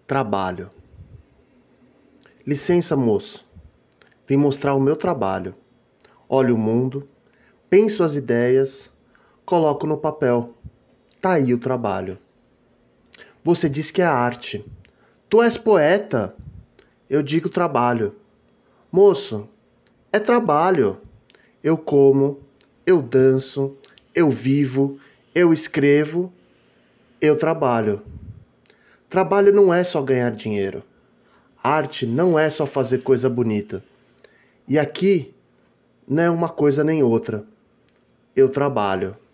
Trabalho. Licença, moço. Vim mostrar o meu trabalho. Olho o mundo, penso as ideias, coloco no papel. Tá aí o trabalho. Você diz que é arte. Tu és poeta? Eu digo trabalho. Moço, é trabalho. Eu como, eu danço, eu vivo, eu escrevo, eu trabalho. Trabalho não é só ganhar dinheiro. Arte não é só fazer coisa bonita. E aqui não é uma coisa nem outra. Eu trabalho.